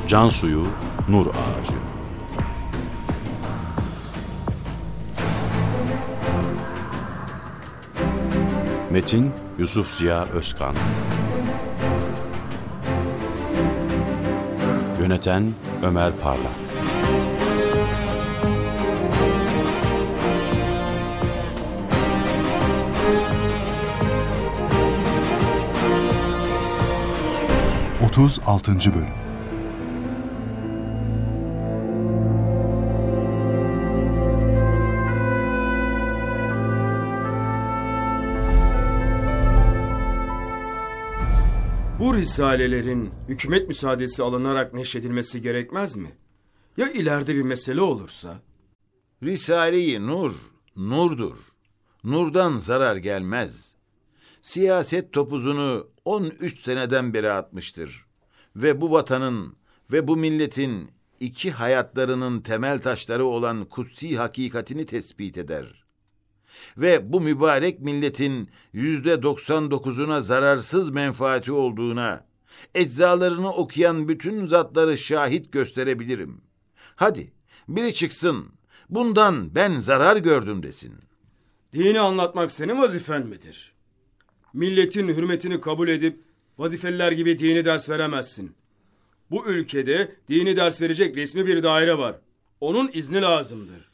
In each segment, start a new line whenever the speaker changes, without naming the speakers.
Can suyu, nur ağacı. Metin Yusuf Ziya Özkan. Yöneten Ömer Parlak.
Otuz 36. Bölüm.
Bu risalelerin hükümet müsaadesi alınarak neşredilmesi gerekmez mi? Ya ileride bir mesele olursa?
Risale-i Nur, nurdur. Nurdan zarar gelmez. Siyaset topuzunu 13 seneden beri atmıştır. Ve bu vatanın ve bu milletin iki hayatlarının temel taşları olan kutsi hakikatini tespit eder. Ve bu mübarek milletin %99'una zararsız menfaati olduğuna, eczalarını okuyan bütün zatları şahit gösterebilirim. Hadi biri çıksın, bundan ben zarar gördüm desin.
Dini anlatmak senin vazifen midir? Milletin hürmetini kabul edip vazifeliler gibi dini ders veremezsin. Bu ülkede dini ders verecek resmi bir daire var. Onun izni lazımdır.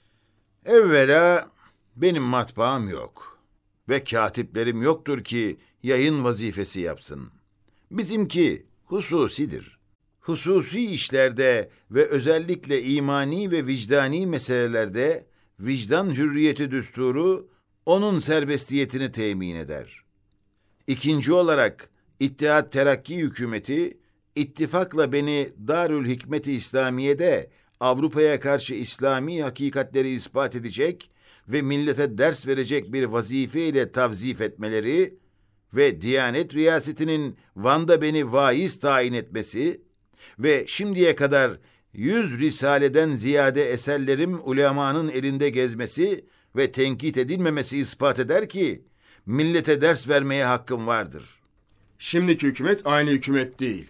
Evvela benim matbaam yok ve katiplerim yoktur ki yayın vazifesi yapsın. Bizimki hususidir. Hususi işlerde ve özellikle imani ve vicdani meselelerde vicdan hürriyeti düsturu onun serbestiyetini temin eder. İkinci olarak İttihat Terakki hükümeti ittifakla beni Darül Hikmet-i İslamiye'de Avrupa'ya karşı İslami hakikatleri ispat edecek ve millete ders verecek bir vazifeyle tavzif etmeleri ve Diyanet Riyasetinin Van'da beni vaiz tayin etmesi ve şimdiye kadar 100 risaleden ziyade eserlerim ulemanın elinde gezmesi ve tenkit edilmemesi ispat eder ki millete ders vermeye hakkım vardır.
Şimdiki hükümet aynı hükümet değil.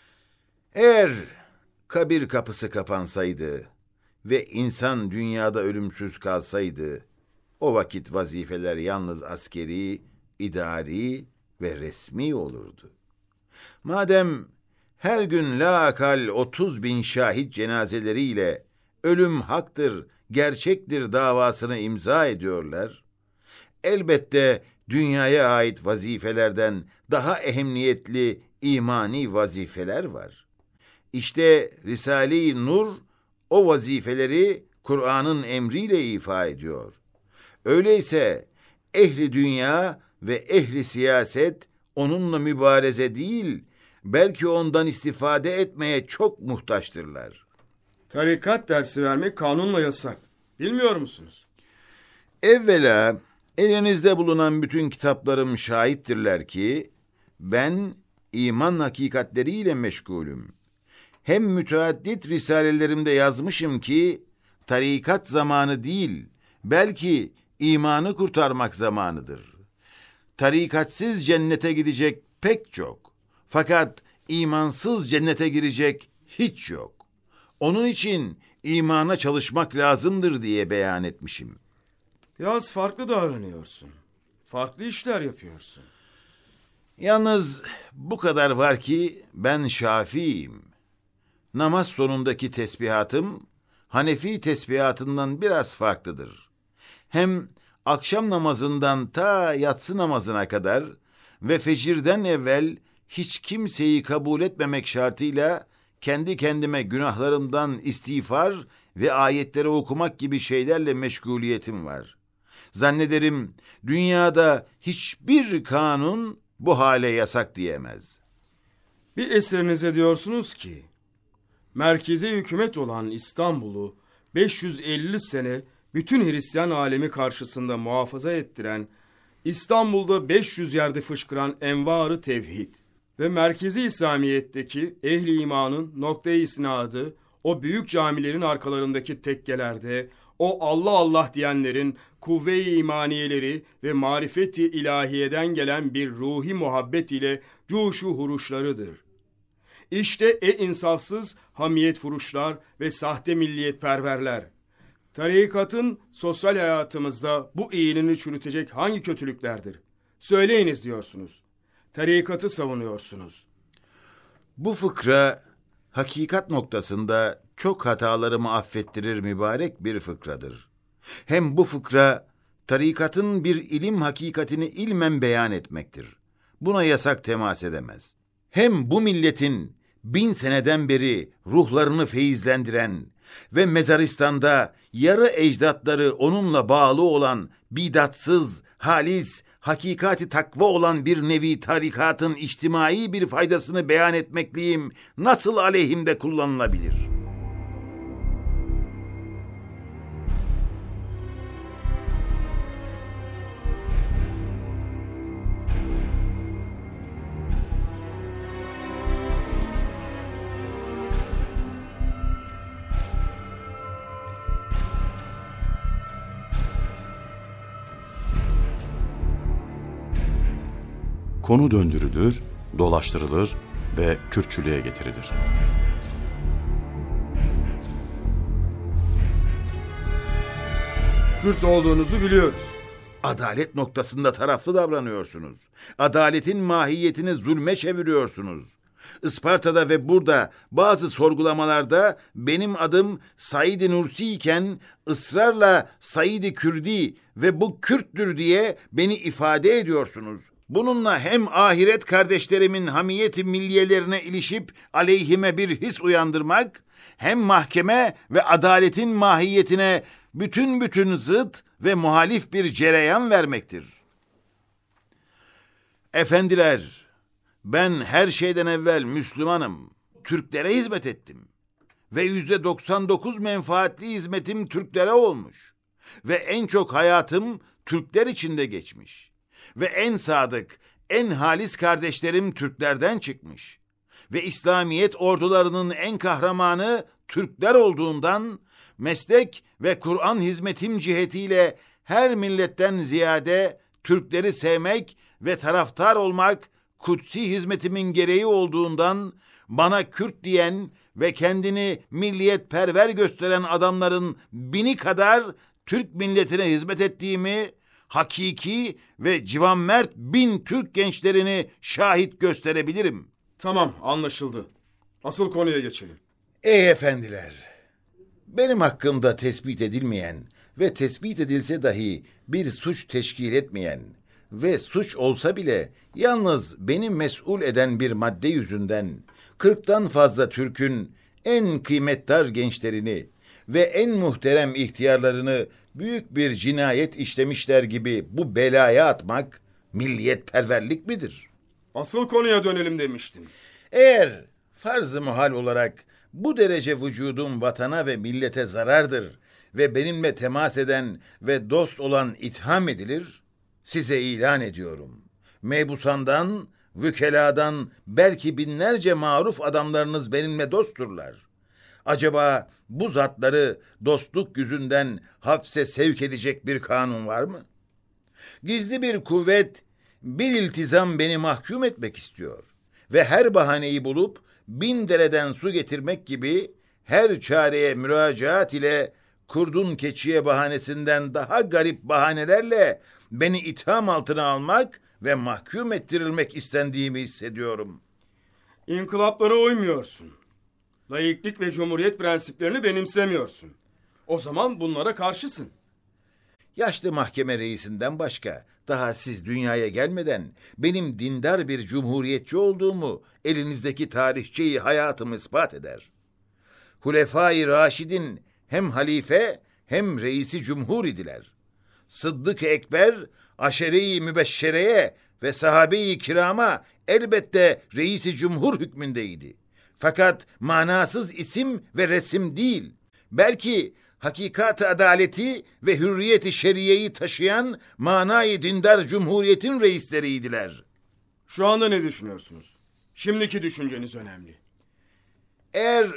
Eğer kabir kapısı kapansaydı ve insan dünyada ölümsüz kalsaydı, o vakit vazifeler yalnız askeri, idari ve resmi olurdu. Madem her gün laakal 30.000 şahit cenazeleriyle ölüm haktır, gerçektir davasını imza ediyorlar, elbette dünyaya ait vazifelerden daha ehemmiyetli imani vazifeler var. İşte Risale-i Nur o vazifeleri Kur'an'ın emriyle ifa ediyor. Öyleyse ehli dünya ve ehli siyaset onunla mübareze değil, belki ondan istifade etmeye çok muhtaçtırlar.
Tarikat dersi vermek kanunla yasak. Bilmiyor musunuz?
Evvela elinizde bulunan bütün kitaplarım şahittirler ki ben iman hakikatleriyle meşgulüm. Hem müteaddit risalelerimde yazmışım ki tarikat zamanı değil, belki imanı kurtarmak zamanıdır. Tarikatsız cennete gidecek pek çok, fakat imansız cennete girecek hiç yok. Onun için imana çalışmak lazımdır diye beyan etmişim.
Biraz farklı davranıyorsun. Farklı işler yapıyorsun.
Yalnız bu kadar var ki ben Şafii'yim. Namaz sonundaki tesbihatım Hanefi tesbihatından biraz farklıdır. Hem akşam namazından ta yatsı namazına kadar ve fecirden evvel hiç kimseyi kabul etmemek şartıyla kendi kendime günahlarımdan istiğfar ve ayetleri okumak gibi şeylerle meşguliyetim var. Zannederim dünyada hiçbir kanun bu hale yasak diyemez.
Bir eserinize diyorsunuz ki, merkezi hükümet olan İstanbul'u 550 sene bütün Hristiyan alemi karşısında muhafaza ettiren, İstanbul'da 500 yerde fışkıran envar-ı tevhid ve merkezi İslamiyet'teki ehli imanın noktayı isnadı, o büyük camilerin arkalarındaki tekkelerde, o Allah Allah diyenlerin kuvve-i imaniyeleri ve marifeti ilahiyeden gelen bir ruhi muhabbet ile cuşu huruşlarıdır. İşte insafsız hamiyet furuşlar ve sahte milliyetperverler. Tarikatın sosyal hayatımızda bu eğilini çürütecek hangi kötülüklerdir? Söyleyiniz diyorsunuz. Tarikatı savunuyorsunuz.
Bu fıkra hakikat noktasında çok hatalarımı affettirir mübarek bir fıkradır. Hem bu fıkra tarikatın bir ilim hakikatini ilmen beyan etmektir. Buna yasak temas edemez. Hem bu milletin 1000 seneden beri ruhlarını feyizlendiren ve mezaristanda yarı ecdatları onunla bağlı olan bidatsız, halis, hakikati takva olan bir nevi tarikatın içtimai bir faydasını beyan etmekliyim nasıl aleyhimde kullanılabilir?
Konu döndürülür, dolaştırılır ve Kürtçülüğe getirilir.
Kürt olduğunuzu biliyoruz.
Adalet noktasında taraflı davranıyorsunuz. Adaletin mahiyetini zulme çeviriyorsunuz. Isparta'da ve burada bazı sorgulamalarda benim adım Said-i Nursi iken ısrarla Said-i Kürdi ve bu Kürttür diye beni ifade ediyorsunuz. Bununla hem ahiret kardeşlerimin hamiyeti milliyelerine ilişip aleyhime bir his uyandırmak, hem mahkeme ve adaletin mahiyetine bütün zıt ve muhalif bir cereyan vermektir. Efendiler, ben her şeyden evvel Müslümanım. Türklere hizmet ettim. Ve %99 menfaatli hizmetim Türklere olmuş. Ve en çok hayatım Türkler içinde geçmiş. Ve en sadık, en halis kardeşlerim Türklerden çıkmış. Ve İslamiyet ordularının en kahramanı Türkler olduğundan, meslek ve Kur'an hizmetim cihetiyle her milletten ziyade Türkleri sevmek ve taraftar olmak kutsi hizmetimin gereği olduğundan, bana Kürt diyen ve kendini milliyetperver gösteren adamların 1000'i kadar Türk milletine hizmet ettiğimi, hakiki ve civanmert 1000 Türk gençlerini şahit gösterebilirim.
Tamam, anlaşıldı. Asıl konuya geçelim.
Ey efendiler, benim hakkımda tespit edilmeyen ve tespit edilse dahi bir suç teşkil etmeyen ve suç olsa bile yalnız beni mesul eden bir madde yüzünden 40'tan fazla Türk'ün en kıymetdar gençlerini ve en muhterem ihtiyarlarını büyük bir cinayet işlemişler gibi bu belaya atmak milliyetperverlik midir?
Asıl konuya dönelim demiştin.
Eğer farz-ı muhal olarak bu derece vücudum vatana ve millete zarardır ve benimle temas eden ve dost olan itham edilir, size ilan ediyorum. Mebusandan, vükeladan belki binlerce maruf adamlarınız benimle dostturlar. Acaba bu zatları dostluk yüzünden hapse sevk edecek bir kanun var mı? Gizli bir kuvvet, bir iltizam beni mahkum etmek istiyor ve her bahaneyi bulup 1000 dereden su getirmek gibi her çareye müracaat ile kurdun keçiye bahanesinden daha garip bahanelerle beni itham altına almak ve mahkum ettirilmek istendiğimi hissediyorum.
İnkılaplara uymuyorsun. Laiklik ve cumhuriyet prensiplerini benimsemiyorsun. O zaman bunlara karşısın.
Yaşlı mahkeme reisinden başka daha siz dünyaya gelmeden benim dindar bir cumhuriyetçi olduğumu elinizdeki tarihçeyi hayatım ispat eder. Hulefai Raşid'in hem halife hem reisi cumhur idiler. Sıddık-ı Ekber, aşere-i mübeşşereye ve sahabe-i kirama elbette reisi cumhur hükmündeydi. Fakat manasız isim ve resim değil, belki hakikat-ı adaleti ve hürriyet-i şeriyeyi taşıyan manayı dindar cumhuriyetin reisleriydiler.
Şu anda ne düşünüyorsunuz? Şimdiki düşünceniz önemli.
Eğer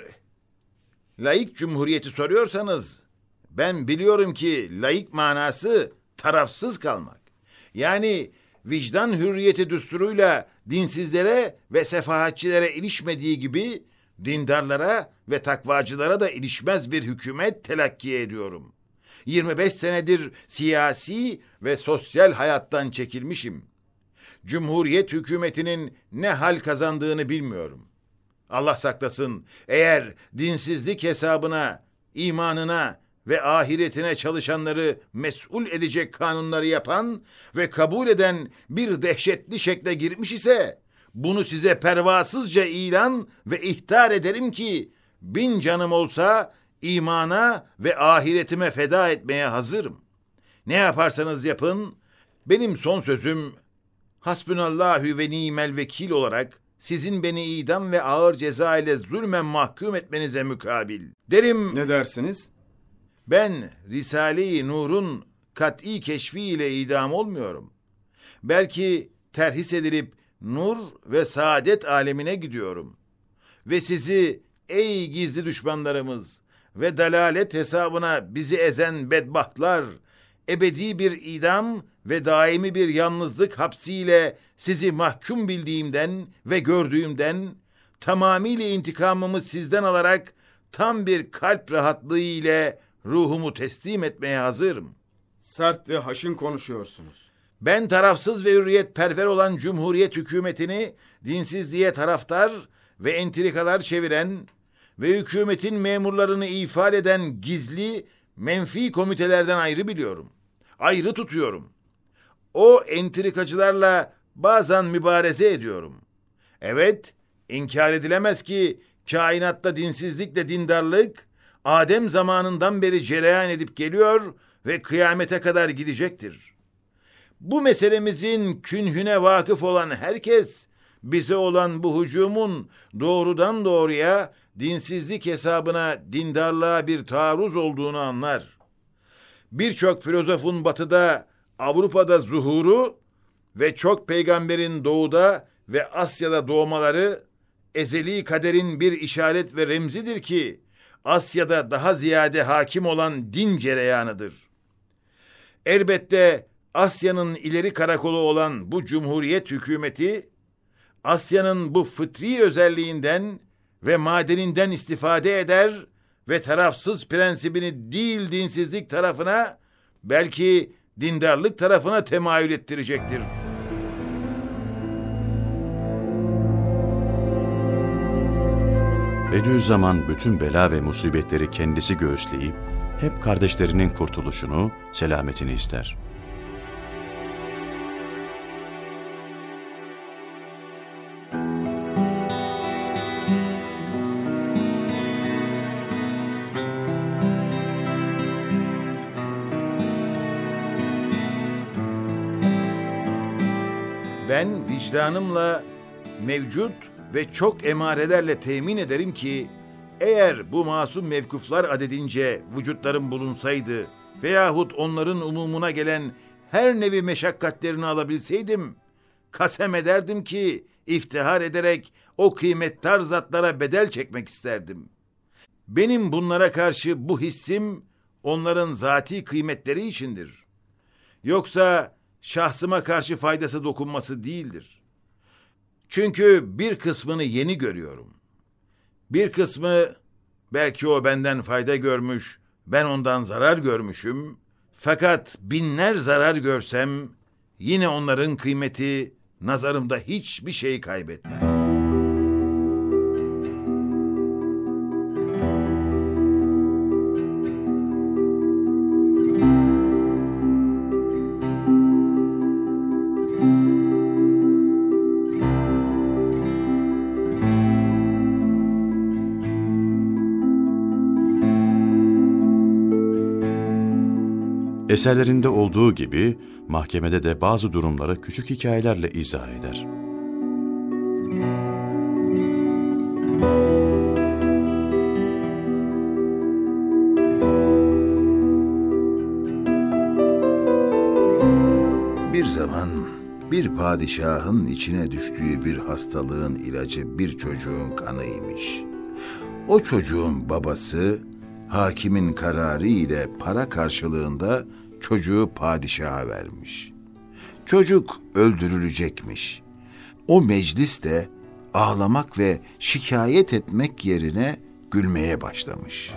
laik cumhuriyeti soruyorsanız, ben biliyorum ki laik manası tarafsız kalmak. Yani vicdan hürriyeti düsturuyla dinsizlere ve sefahatçilere ilişmediği gibi dindarlara ve takvacılara da ilişmez bir hükümet telakki ediyorum. 25 senedir siyasi ve sosyal hayattan çekilmişim. Cumhuriyet hükümetinin ne hal kazandığını bilmiyorum. Allah saklasın, eğer dinsizlik hesabına, imanına ve ahiretine çalışanları mesul edecek kanunları yapan ve kabul eden bir dehşetli şekle girmiş ise, bunu size pervasızca ilan ve ihtar ederim ki, 1000 canım olsa imana ve ahiretime feda etmeye hazırım. Ne yaparsanız yapın, benim son sözüm, hasbunallahü ve nimel vekil olarak sizin beni idam ve ağır ceza ile zulmen mahkum etmenize mukabil. Derim,
Ne dersiniz?
ben Risale-i Nur'un kat'i keşfi ile idam olmuyorum. Belki terhis edilip nur ve saadet alemine gidiyorum. Ve sizi ey gizli düşmanlarımız ve dalalet hesabına bizi ezen bedbahtlar, ebedi bir idam ve daimi bir yalnızlık hapsiyle sizi mahkum bildiğimden ve gördüğümden tamamıyla intikamımı sizden alarak tam bir kalp rahatlığı ile ruhumu teslim etmeye hazırım.
Sert ve haşin konuşuyorsunuz.
Ben tarafsız ve hürriyetperver olan Cumhuriyet hükümetini dinsizliğe taraftar ve entrikalar çeviren ve hükümetin memurlarını ifade eden gizli, menfi komitelerden ayrı biliyorum. Ayrı tutuyorum. O entrikacılarla bazen mübareze ediyorum. Evet, inkar edilemez ki kainatta dinsizlikle dindarlık Adem zamanından beri cereyan edip geliyor ve kıyamete kadar gidecektir. Bu meselemizin künhüne vakıf olan herkes, bize olan bu hücumun doğrudan doğruya dinsizlik hesabına dindarlığa bir taarruz olduğunu anlar. Birçok filozofun batıda, Avrupa'da zuhuru ve çok peygamberin doğuda ve Asya'da doğmaları ezeli kaderin bir işaret ve remzidir ki Asya'da daha ziyade hakim olan din cereyanıdır. Elbette Asya'nın ileri karakolu olan bu Cumhuriyet hükümeti, Asya'nın bu fıtri özelliğinden ve madeninden istifade eder ve tarafsız prensibini değil dinsizlik tarafına, belki dindarlık tarafına temayül ettirecektir.
Bediüzzaman bütün bela ve musibetleri kendisi göğüsleyip, hep kardeşlerinin kurtuluşunu, selametini ister.
Ben vicdanımla mevcut ve çok emarelerle temin ederim ki, eğer bu masum mevkuflar adedince vücutlarım bulunsaydı veyahut onların umumuna gelen her nevi meşakkatlerini alabilseydim, kasem ederdim ki iftihar ederek o kıymetdar zatlara bedel çekmek isterdim. Benim bunlara karşı bu hissim onların zati kıymetleri içindir. Yoksa şahsıma karşı faydası dokunması değildir. Çünkü bir kısmını yeni görüyorum. Bir kısmı belki o benden fayda görmüş, ben ondan zarar görmüşüm. Fakat binler zarar görsem yine onların kıymeti nazarımda hiçbir şey kaybetmez.
Eserlerinde olduğu gibi mahkemede de bazı durumları küçük hikayelerle izah eder.
Bir zaman bir padişahın içine düştüğü bir hastalığın ilacı bir çocuğun kanıymış. O çocuğun babası hakimin kararı ile para karşılığında çocuğu padişaha vermiş. Çocuk öldürülecekmiş. O meclis de ağlamak ve şikayet etmek yerine gülmeye başlamış.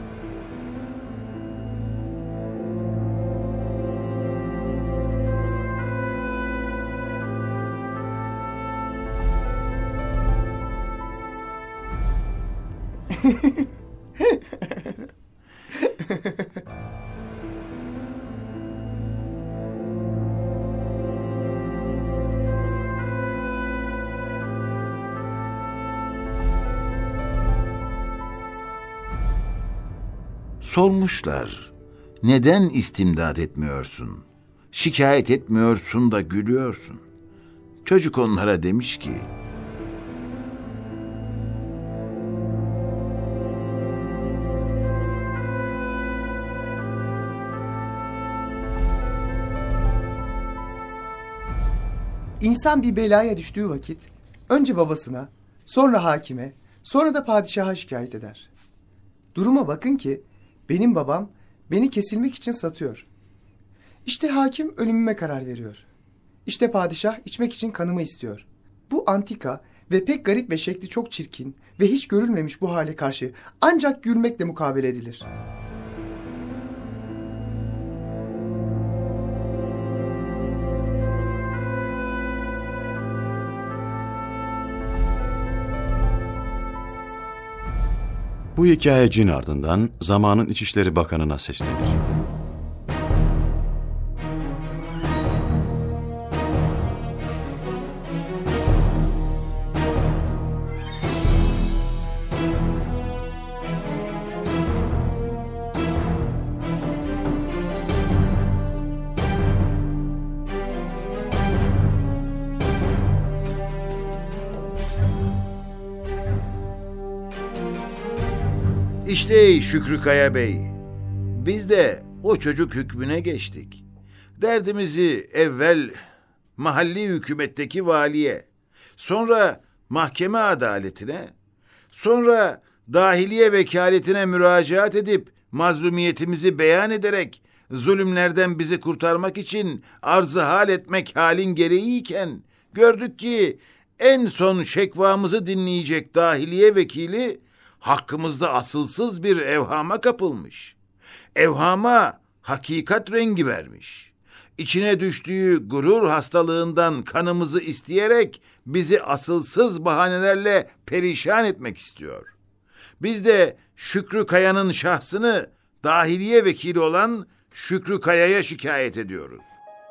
Sormuşlar, neden istimdad etmiyorsun? Şikayet etmiyorsun da gülüyorsun. Çocuk onlara demiş ki,
İnsan bir belaya düştüğü vakit önce babasına, sonra hakime, sonra da padişaha şikayet eder. Duruma bakın ki benim babam beni kesilmek için satıyor. İşte hakim ölümüme karar veriyor. İşte padişah içmek için kanımı istiyor. Bu antika ve pek garip ve şekli çok çirkin ve hiç görülmemiş bu hale karşı ancak gülmekle mukabele edilir.
Bu hikayecinin ardından zamanın İçişleri Bakanı'na seslenir.
İşte Şükrü Kaya Bey, biz de o çocuk hükmüne geçtik. Derdimizi evvel mahalli hükümetteki valiye, sonra mahkeme adaletine, sonra dahiliye vekaletine müracaat edip mazlumiyetimizi beyan ederek zulümlerden bizi kurtarmak için arz-ı hal etmek halin gereğiyken gördük ki en son şekvamızı dinleyecek dahiliye vekili hakkımızda asılsız bir evhama kapılmış. Evhama hakikat rengi vermiş. İçine düştüğü gurur hastalığından kanımızı isteyerek bizi asılsız bahanelerle perişan etmek istiyor. Biz de Şükrü Kaya'nın şahsını dahiliye vekili olan Şükrü Kaya'ya şikayet ediyoruz.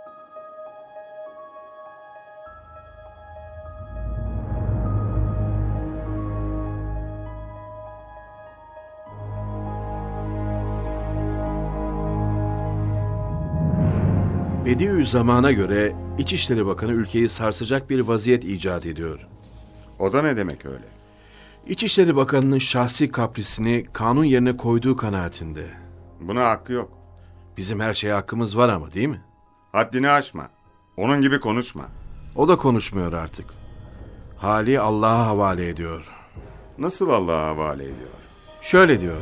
Bediüzzaman'a göre İçişleri Bakanı ülkeyi sarsacak bir vaziyet icat ediyor.
O da ne demek öyle?
İçişleri Bakanı'nın şahsi kaprisini kanun yerine koyduğu kanaatinde.
Buna hakkı yok.
Bizim her şeye hakkımız var ama, değil mi?
Haddini aşma. Onun gibi konuşma.
O da konuşmuyor artık. Hali Allah'a havale ediyor.
Nasıl Allah'a havale ediyor?
Şöyle diyor.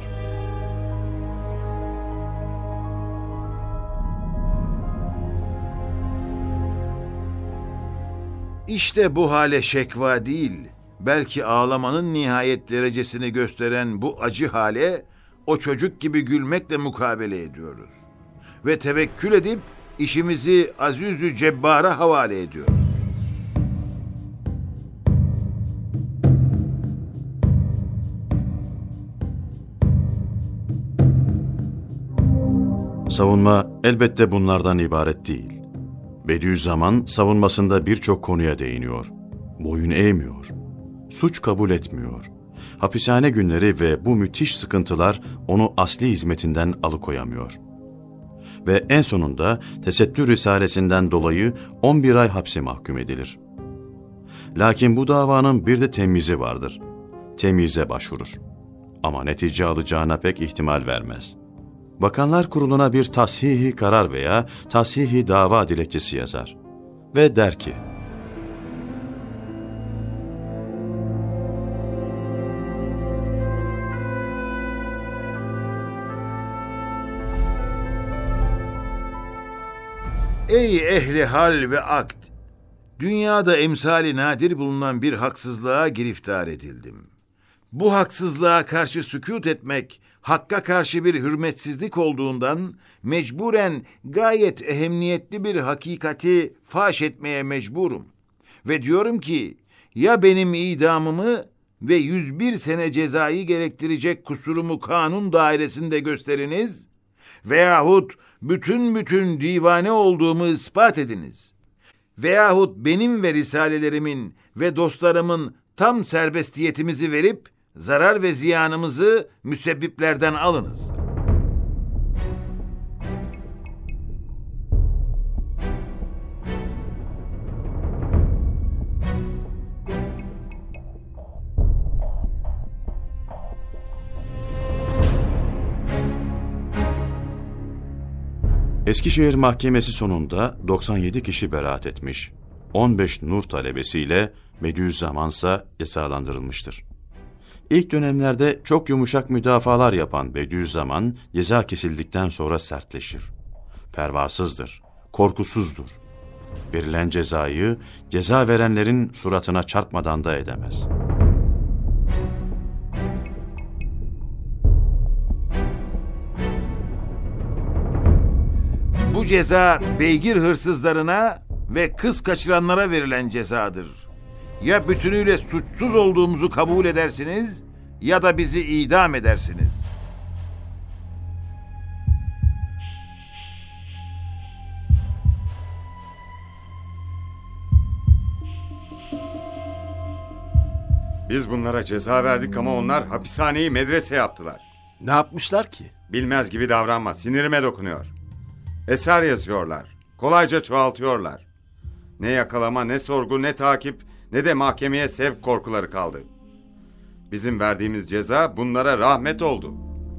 İşte bu hale şekva değil, belki ağlamanın nihayet derecesini gösteren bu acı hale o çocuk gibi gülmekle mukabele ediyoruz. Ve tevekkül edip işimizi Azizü Cebbar'a havale ediyoruz.
Savunma elbette bunlardan ibaret değil. Bediüzzaman savunmasında birçok konuya değiniyor. Boyun eğmiyor. Suç kabul etmiyor. Hapishane günleri ve bu müthiş sıkıntılar onu asli hizmetinden alıkoyamıyor. Ve en sonunda tesettür risalesinden dolayı 11 ay hapse mahkum edilir. Lakin bu davanın bir de temyizi vardır. Temyize başvurur. Ama netice alacağına pek ihtimal vermez. Bakanlar Kurulu'na bir tashihi karar veya tashihi dava dilekçesi yazar ve der ki,
Ey ehli hal ve akd! Dünyada emsali nadir bulunan bir haksızlığa giriftar edildim. Bu haksızlığa karşı sükût etmek, hakka karşı bir hürmetsizlik olduğundan mecburen gayet ehemmiyetli bir hakikati faş etmeye mecburum. Ve diyorum ki, ya benim idamımı ve 101 sene cezayı gerektirecek kusurumu kanun dairesinde gösteriniz veyahut bütün divane olduğumu ispat ediniz. Veyahut benim ve risalelerimin ve dostlarımın tam serbestiyetimizi verip zarar ve ziyanımızı müsebbiplerden alınız.
Eskişehir Mahkemesi sonunda 97 kişi beraat etmiş, 15 nur talebesiyle Bediüzzaman ise cezalandırılmıştır. İlk dönemlerde çok yumuşak müdafalar yapan Bediüzzaman ceza kesildikten sonra sertleşir. Pervasızdır, korkusuzdur. Verilen cezayı ceza verenlerin suratına çarpmadan da edemez.
Bu ceza beygir hırsızlarına ve kız kaçıranlara verilen cezadır. Ya bütünüyle suçsuz olduğumuzu kabul edersiniz ya da bizi idam edersiniz.
Biz bunlara ceza verdik ama onlar hapishaneyi medrese yaptılar.
Ne yapmışlar ki?
Bilmez gibi davranma, sinirime dokunuyor. Eser yazıyorlar, kolayca çoğaltıyorlar. Ne yakalama, ne sorgu, ne takip, ne de mahkemeye sevk korkuları kaldı. Bizim verdiğimiz ceza bunlara rahmet oldu.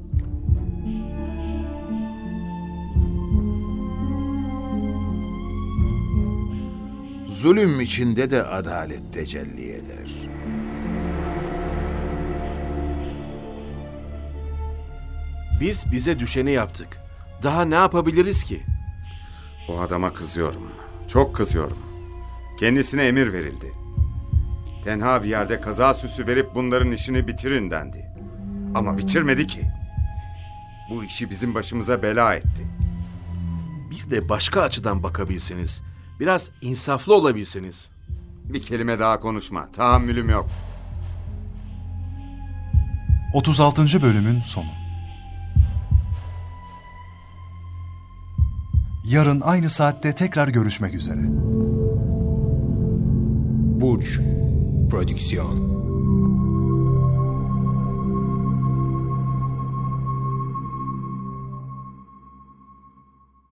Zulüm içinde de adalet tecelli eder.
Biz bize düşeni yaptık. Daha ne yapabiliriz ki?
O adama kızıyorum, çok kızıyorum. Kendisine emir verildi. Tenha bir yerde kaza süsü verip bunların işini bitirin dendi. Ama bitirmedi ki. Bu işi bizim başımıza bela etti.
Bir de başka açıdan bakabilseniz, biraz insaflı olabilseniz.
Bir kelime daha konuşma, tahammülüm yok.
36. bölümün sonu. Yarın aynı saatte tekrar görüşmek üzere.
Burç Prodüksiyon.